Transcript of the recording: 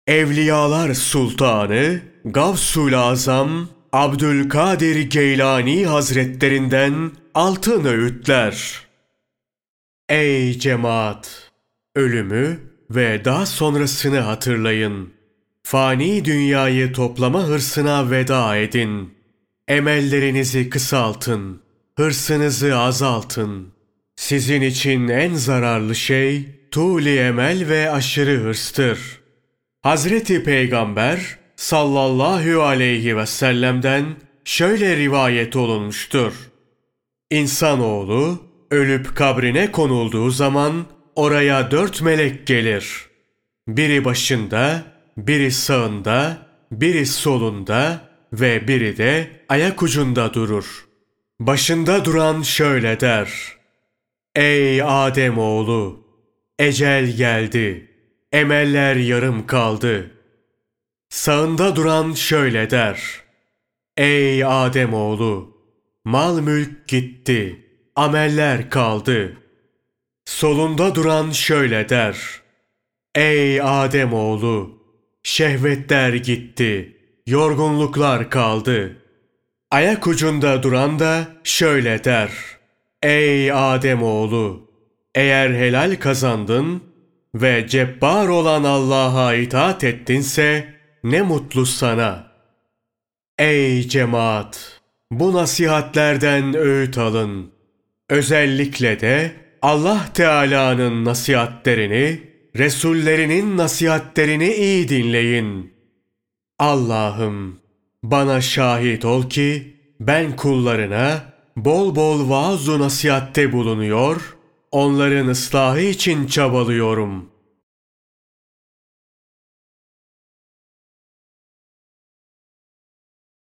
Evliyalar Sultanı Gavsul Azam Abdülkadir Geylani Hazretlerinden altın öğütler. Ey cemaat! Ölümü ve daha sonrasını hatırlayın. Fani dünyayı toplama hırsına veda edin. Emellerinizi kısaltın. Hırsınızı azaltın. Sizin için en zararlı şey tûl-i emel ve aşırı hırstır. Hazreti Peygamber sallallahu aleyhi ve sellem'den şöyle rivayet olunmuştur. İnsanoğlu ölüp kabrine konulduğu zaman oraya 4 melek gelir. Biri başında, biri sağında, biri solunda ve biri de ayak ucunda durur. Başında duran şöyle der: Ey Ademoğlu! Ecel geldi. Emeller yarım kaldı. Sağında duran şöyle der: Ey Ademoğlu! Mal mülk gitti. Ameller kaldı. Solunda duran şöyle der: Ey Ademoğlu! Şehvetler gitti. Yorgunluklar kaldı. Ayak ucunda duran da şöyle der: Ey Ademoğlu! Eğer helal kazandın ve cebbar olan Allah'a itaat ettinse ne mutlu sana. Ey cemaat! Bu nasihatlerden öğüt alın. Özellikle de Allah Teala'nın nasihatlerini, Resullerinin nasihatlerini iyi dinleyin. Allah'ım, bana şahit ol ki ben kullarına bol bol vaaz-ı nasihatte bulunuyor, onların ıslahı için çabalıyorum.